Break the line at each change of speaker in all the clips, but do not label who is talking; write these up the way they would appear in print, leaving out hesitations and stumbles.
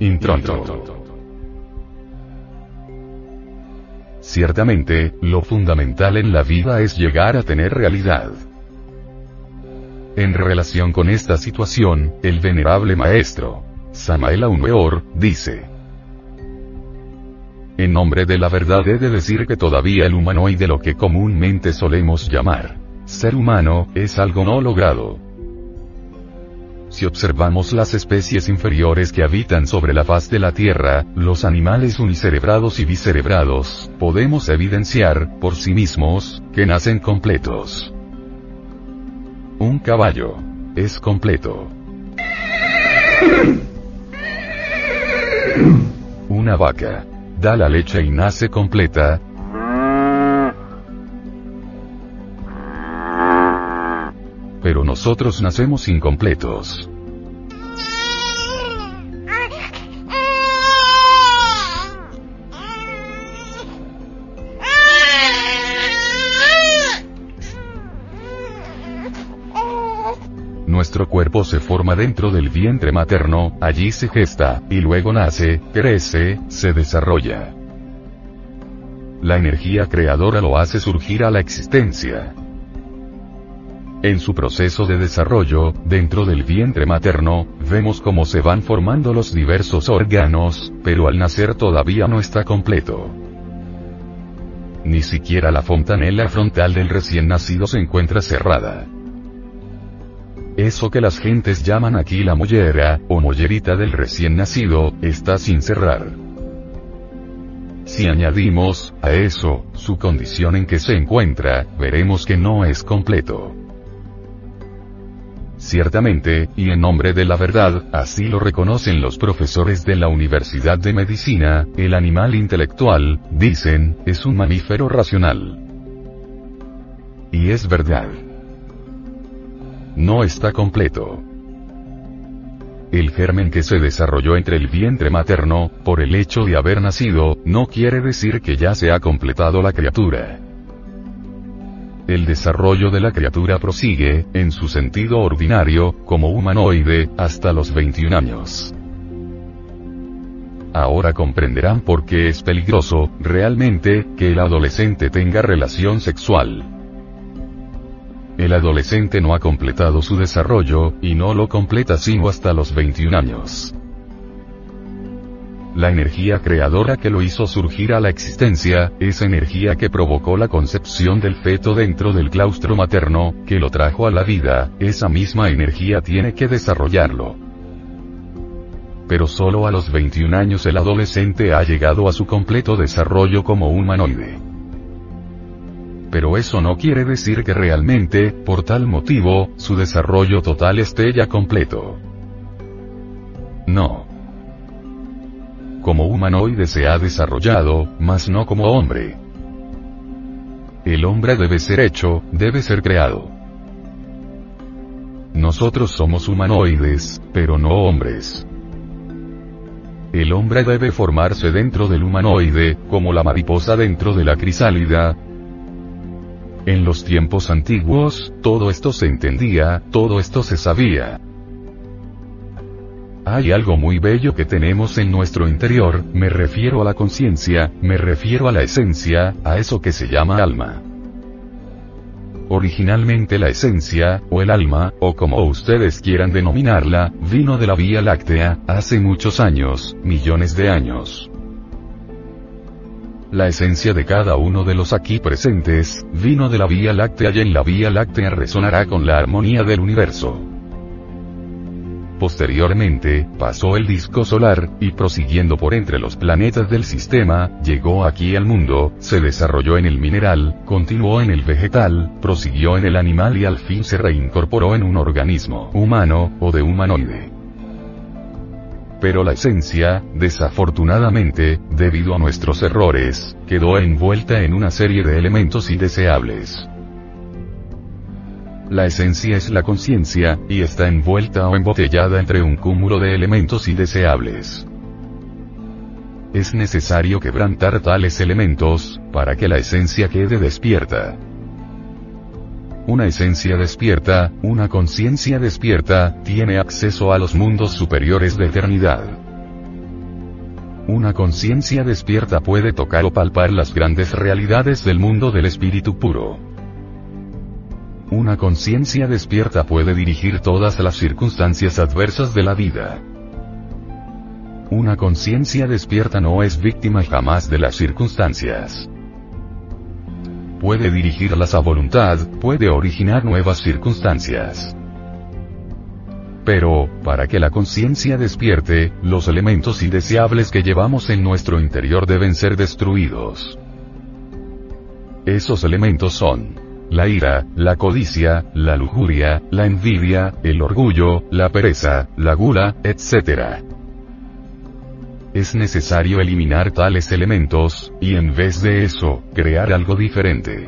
Intronto. Ciertamente, lo fundamental en la vida es llegar a tener realidad. En relación con esta situación, el venerable maestro Samael Aun Weor dice: en nombre de la verdad he de decir que todavía el humanoide, lo que comúnmente solemos llamar ser humano, es algo no logrado. Si observamos las especies inferiores que habitan sobre la faz de la Tierra, los animales unicerebrados y bicerebrados, podemos evidenciar, por sí mismos, que nacen completos. Un caballo es completo. Una vaca da la leche y nace completa. Pero nosotros nacemos incompletos. Nuestro cuerpo se forma dentro del vientre materno, allí se gesta, y luego nace, crece, se desarrolla. La energía creadora lo hace surgir a la existencia. En su proceso de desarrollo, dentro del vientre materno, vemos cómo se van formando los diversos órganos, pero al nacer todavía no está completo. Ni siquiera la fontanela frontal del recién nacido se encuentra cerrada. Eso que las gentes llaman aquí la mollera, o mollerita del recién nacido, está sin cerrar. Si añadimos, a eso, su condición en que se encuentra, veremos que no es completo. Ciertamente, y en nombre de la verdad, así lo reconocen los profesores de la Universidad de Medicina, el animal intelectual, dicen, es un mamífero racional. Y es verdad. No está completo. El germen que se desarrolló entre el vientre materno, por el hecho de haber nacido, no quiere decir que ya se ha completado la criatura. El desarrollo de la criatura prosigue, en su sentido ordinario, como humanoide, hasta los 21 años. Ahora comprenderán por qué es peligroso, realmente, que el adolescente tenga relación sexual. El adolescente no ha completado su desarrollo, y no lo completa sino hasta los 21 años. La energía creadora que lo hizo surgir a la existencia, esa energía que provocó la concepción del feto dentro del claustro materno, que lo trajo a la vida, esa misma energía tiene que desarrollarlo. Pero solo a los 21 años el adolescente ha llegado a su completo desarrollo como humanoide. Pero eso no quiere decir que realmente, por tal motivo, su desarrollo total esté ya completo. No. Como humanoide se ha desarrollado, mas no como hombre. El hombre debe ser hecho, debe ser creado. Nosotros somos humanoides, pero no hombres. El hombre debe formarse dentro del humanoide, como la mariposa dentro de la crisálida. En los tiempos antiguos, todo esto se entendía, todo esto se sabía. Hay algo muy bello que tenemos en nuestro interior, me refiero a la conciencia, me refiero a la esencia, a eso que se llama alma. Originalmente la esencia, o el alma, o como ustedes quieran denominarla, vino de la Vía Láctea, hace muchos años, millones de años. La esencia de cada uno de los aquí presentes, vino de la Vía Láctea y en la Vía Láctea resonará con la armonía del universo. Posteriormente, pasó el disco solar, y prosiguiendo por entre los planetas del sistema, llegó aquí al mundo, se desarrolló en el mineral, continuó en el vegetal, prosiguió en el animal y al fin se reincorporó en un organismo humano, o de humanoide. Pero la esencia, desafortunadamente, debido a nuestros errores, quedó envuelta en una serie de elementos indeseables. La esencia es la conciencia, y está envuelta o embotellada entre un cúmulo de elementos indeseables. Es necesario quebrantar tales elementos, para que la esencia quede despierta. Una esencia despierta, una conciencia despierta, tiene acceso a los mundos superiores de eternidad. Una conciencia despierta puede tocar o palpar las grandes realidades del mundo del espíritu puro. Una conciencia despierta puede dirigir todas las circunstancias adversas de la vida. Una conciencia despierta no es víctima jamás de las circunstancias. Puede dirigirlas a voluntad, puede originar nuevas circunstancias. Pero, para que la conciencia despierte, los elementos indeseables que llevamos en nuestro interior deben ser destruidos. Esos elementos son la ira, la codicia, la lujuria, la envidia, el orgullo, la pereza, la gula, etc. Es necesario eliminar tales elementos, y en vez de eso, crear algo diferente.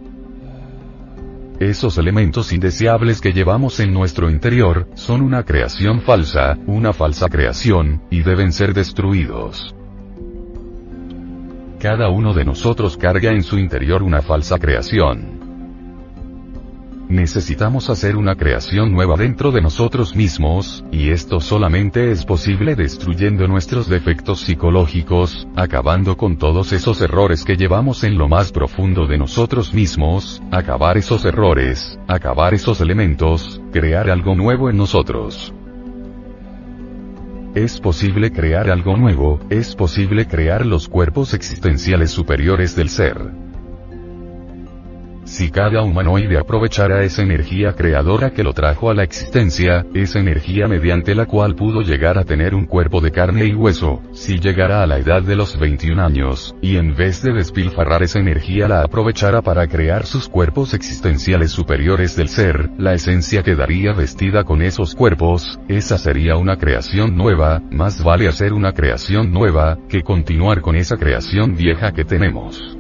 Esos elementos indeseables que llevamos en nuestro interior, son una creación falsa, una falsa creación, y deben ser destruidos. Cada uno de nosotros carga en su interior una falsa creación. Necesitamos hacer una creación nueva dentro de nosotros mismos, y esto solamente es posible destruyendo nuestros defectos psicológicos, acabando con todos esos errores que llevamos en lo más profundo de nosotros mismos, acabar esos errores, acabar esos elementos, crear algo nuevo en nosotros. Es posible crear algo nuevo, es posible crear los cuerpos existenciales superiores del ser. Si cada humanoide aprovechara esa energía creadora que lo trajo a la existencia, esa energía mediante la cual pudo llegar a tener un cuerpo de carne y hueso, si llegara a la edad de los 21 años, y en vez de despilfarrar esa energía la aprovechara para crear sus cuerpos existenciales superiores del ser, la esencia quedaría vestida con esos cuerpos, esa sería una creación nueva, más vale hacer una creación nueva, que continuar con esa creación vieja que tenemos.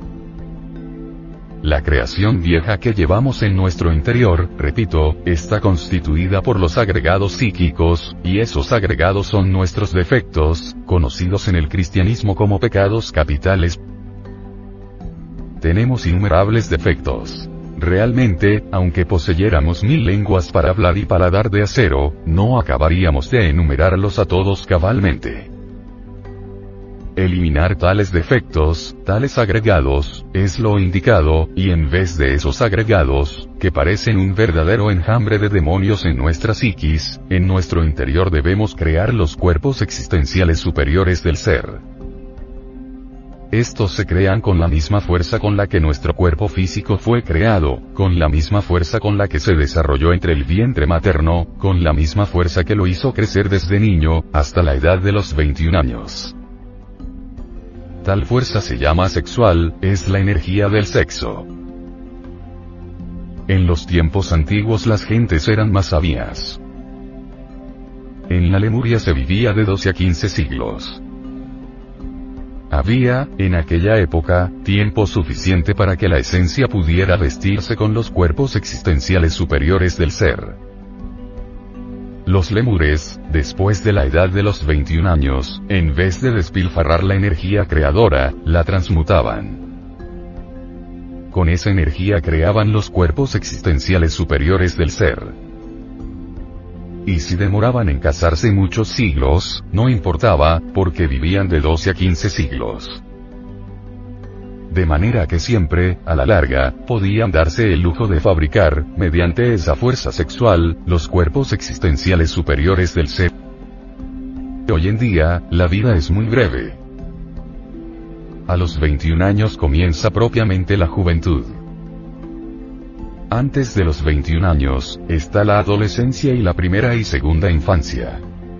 La creación vieja que llevamos en nuestro interior, repito, está constituida por los agregados psíquicos, y esos agregados son nuestros defectos, conocidos en el cristianismo como pecados capitales. Tenemos innumerables defectos. Realmente, aunque poseyéramos 1000 lenguas para hablar y paladar de acero, no acabaríamos de enumerarlos a todos cabalmente. Eliminar tales defectos, tales agregados, es lo indicado, y en vez de esos agregados, que parecen un verdadero enjambre de demonios en nuestra psiquis, en nuestro interior debemos crear los cuerpos existenciales superiores del ser. Estos se crean con la misma fuerza con la que nuestro cuerpo físico fue creado, con la misma fuerza con la que se desarrolló entre el vientre materno, con la misma fuerza que lo hizo crecer desde niño, hasta la edad de los 21 años. Tal fuerza se llama sexual, es la energía del sexo. En los tiempos antiguos las gentes eran más sabias. En la Lemuria se vivía de 12 a 15 siglos. Había, en aquella época, tiempo suficiente para que la esencia pudiera vestirse con los cuerpos existenciales superiores del ser. Los lemures, después de la edad de los 21 años, en vez de despilfarrar la energía creadora, la transmutaban. Con esa energía creaban los cuerpos existenciales superiores del ser. Y si demoraban en casarse muchos siglos, no importaba, porque vivían de 12 a 15 siglos. De manera que siempre, a la larga, podían darse el lujo de fabricar, mediante esa fuerza sexual, los cuerpos existenciales superiores del ser. Hoy en día, la vida es muy breve. A los 21 años comienza propiamente la juventud. Antes de los 21 años, está la adolescencia y la primera y segunda infancia.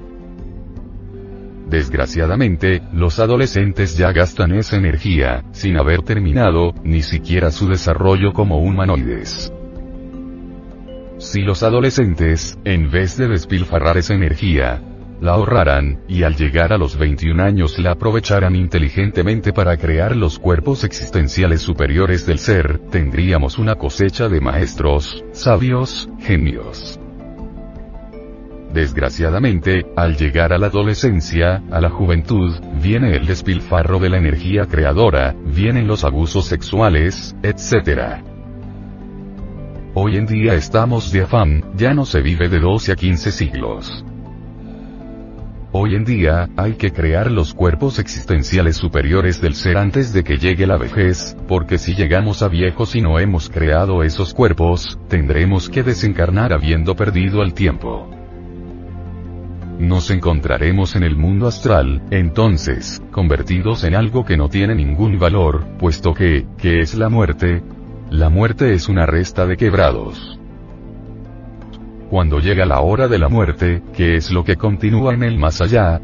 Desgraciadamente, los adolescentes ya gastan esa energía, sin haber terminado, ni siquiera su desarrollo como humanoides. Si los adolescentes, en vez de despilfarrar esa energía, la ahorraran, y al llegar a los 21 años la aprovecharan inteligentemente para crear los cuerpos existenciales superiores del ser, tendríamos una cosecha de maestros, sabios, genios. Desgraciadamente, al llegar a la adolescencia, a la juventud, viene el despilfarro de la energía creadora, vienen los abusos sexuales, etc. Hoy en día estamos de afán, ya no se vive de 12 a 15 siglos. Hoy en día, hay que crear los cuerpos existenciales superiores del ser antes de que llegue la vejez, porque si llegamos a viejos y no hemos creado esos cuerpos, tendremos que desencarnar habiendo perdido el tiempo. Nos encontraremos en el mundo astral, entonces, convertidos en algo que no tiene ningún valor, puesto que, ¿qué es la muerte? La muerte es una resta de quebrados. Cuando llega la hora de la muerte, ¿qué es lo que continúa en el más allá?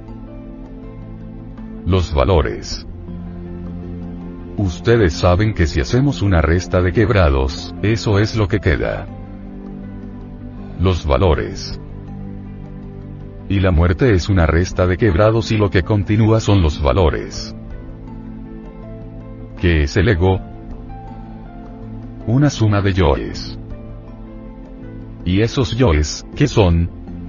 Los valores. Ustedes saben que si hacemos una resta de quebrados, eso es lo que queda. Los valores. Y la muerte es una resta de quebrados y lo que continúa son los valores. ¿Qué es el ego? Una suma de yoes. ¿Y esos yoes, qué son?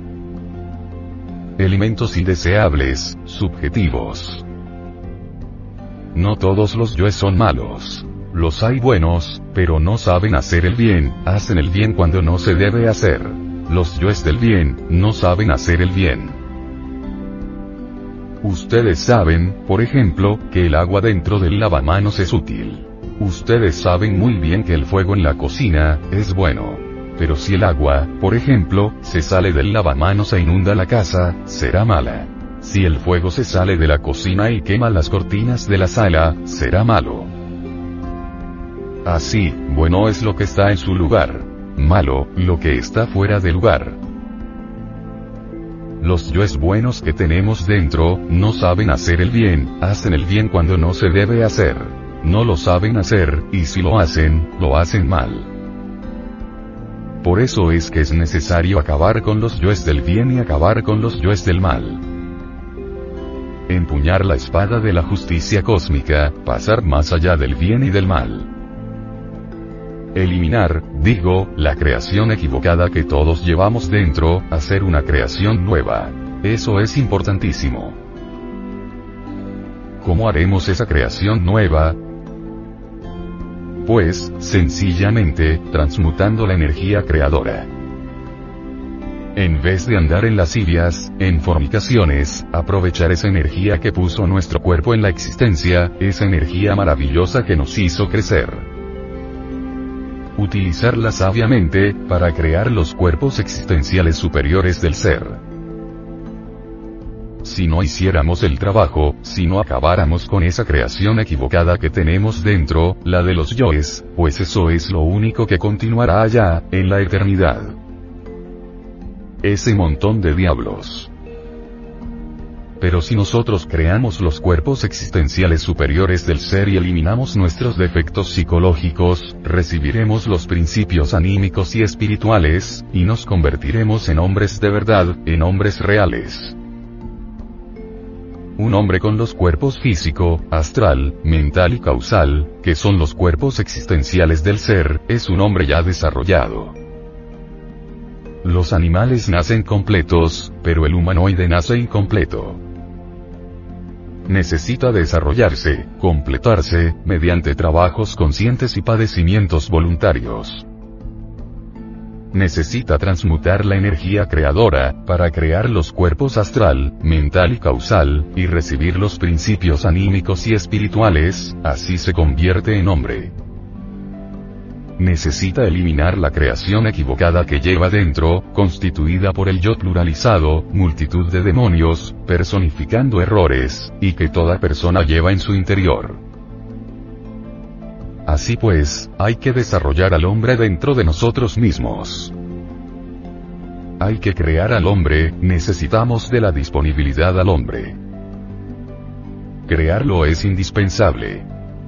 Elementos indeseables, subjetivos. No todos los yoes son malos. Los hay buenos, pero no saben hacer el bien, hacen el bien cuando no se debe hacer. Los yoes del bien, no saben hacer el bien. Ustedes saben, por ejemplo, que el agua dentro del lavamanos es útil. Ustedes saben muy bien que el fuego en la cocina, es bueno. Pero si el agua, por ejemplo, se sale del lavamanos e inunda la casa, será mala. Si el fuego se sale de la cocina y quema las cortinas de la sala, será malo. Así, bueno es lo que está en su lugar. Malo, lo que está fuera de lugar. Los yoes buenos que tenemos dentro, no saben hacer el bien, hacen el bien cuando no se debe hacer. No lo saben hacer, y si lo hacen mal. Por eso es que es necesario acabar con los yoes del bien y acabar con los yoes del mal. Empuñar la espada de la justicia cósmica, pasar más allá del bien y del mal. Eliminar, digo, la creación equivocada que todos llevamos dentro, hacer una creación nueva. Eso es importantísimo. ¿Cómo haremos esa creación nueva? Pues, sencillamente, transmutando la energía creadora. En vez de andar en lascivias, en fornicaciones, aprovechar esa energía que puso nuestro cuerpo en la existencia, esa energía maravillosa que nos hizo crecer. Utilizarla sabiamente, para crear los cuerpos existenciales superiores del ser. Si no hiciéramos el trabajo, si no acabáramos con esa creación equivocada que tenemos dentro, la de los yoes, pues eso es lo único que continuará allá, en la eternidad. Ese montón de diablos. Pero si nosotros creamos los cuerpos existenciales superiores del ser y eliminamos nuestros defectos psicológicos, recibiremos los principios anímicos y espirituales, y nos convertiremos en hombres de verdad, en hombres reales. Un hombre con los cuerpos físico, astral, mental y causal, que son los cuerpos existenciales del ser, es un hombre ya desarrollado. Los animales nacen completos, pero el humanoide nace incompleto. Necesita desarrollarse, completarse, mediante trabajos conscientes y padecimientos voluntarios. Necesita transmutar la energía creadora, para crear los cuerpos astral, mental y causal, y recibir los principios anímicos y espirituales, así se convierte en hombre. Necesita eliminar la creación equivocada que lleva dentro, constituida por el yo pluralizado, multitud de demonios, personificando errores, y que toda persona lleva en su interior. Así pues, hay que desarrollar al hombre dentro de nosotros mismos. Hay que crear al hombre, necesitamos de la disponibilidad al hombre. Crearlo es indispensable.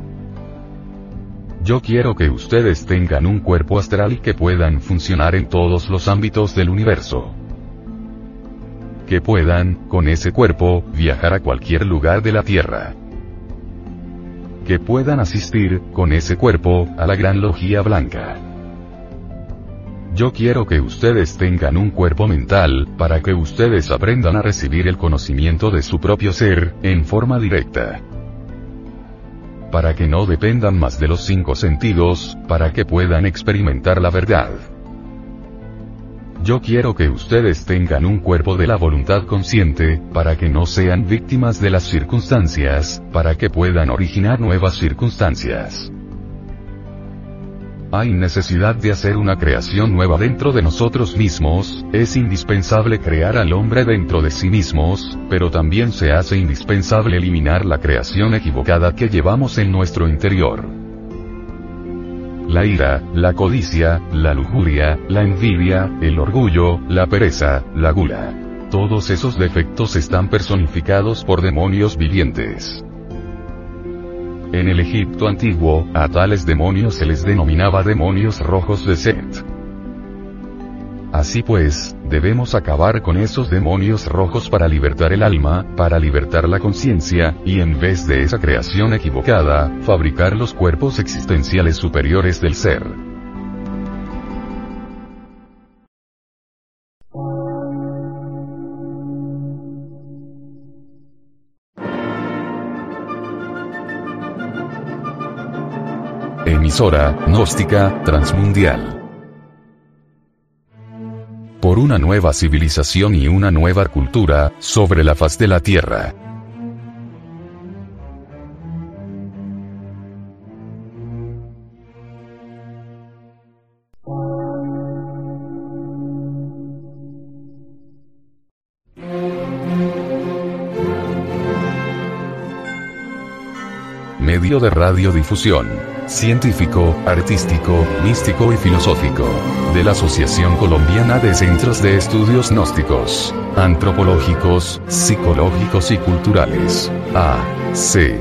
Yo quiero que ustedes tengan un cuerpo astral y que puedan funcionar en todos los ámbitos del universo. Que puedan, con ese cuerpo, viajar a cualquier lugar de la Tierra. Que puedan asistir, con ese cuerpo, a la Gran Logia Blanca. Yo quiero que ustedes tengan un cuerpo mental, para que ustedes aprendan a recibir el conocimiento de su propio ser, en forma directa. Para que no dependan más de los 5 sentidos, para que puedan experimentar la verdad. Yo quiero que ustedes tengan un cuerpo de la voluntad consciente, para que no sean víctimas de las circunstancias, para que puedan originar nuevas circunstancias. Hay necesidad de hacer una creación nueva dentro de nosotros mismos, es indispensable crear al hombre dentro de sí mismos, pero también se hace indispensable eliminar la creación equivocada que llevamos en nuestro interior. La ira, la codicia, la lujuria, la envidia, el orgullo, la pereza, la gula. Todos esos defectos están personificados por demonios vivientes. En el Egipto antiguo, a tales demonios se les denominaba demonios rojos de Set. Así pues, debemos acabar con esos demonios rojos para libertar el alma, para libertar la conciencia, y en vez de esa creación equivocada, fabricar los cuerpos existenciales superiores del ser. Emisora gnóstica transmundial. Por una nueva civilización y una nueva cultura, sobre la faz de la Tierra. Medio de radiodifusión, científico, artístico, místico y filosófico, de la Asociación Colombiana de Centros de Estudios Gnósticos, Antropológicos, Psicológicos y Culturales, AC.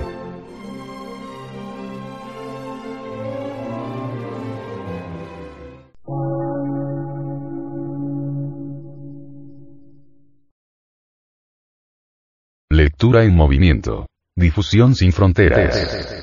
Lectura en movimiento. Difusión sin fronteras.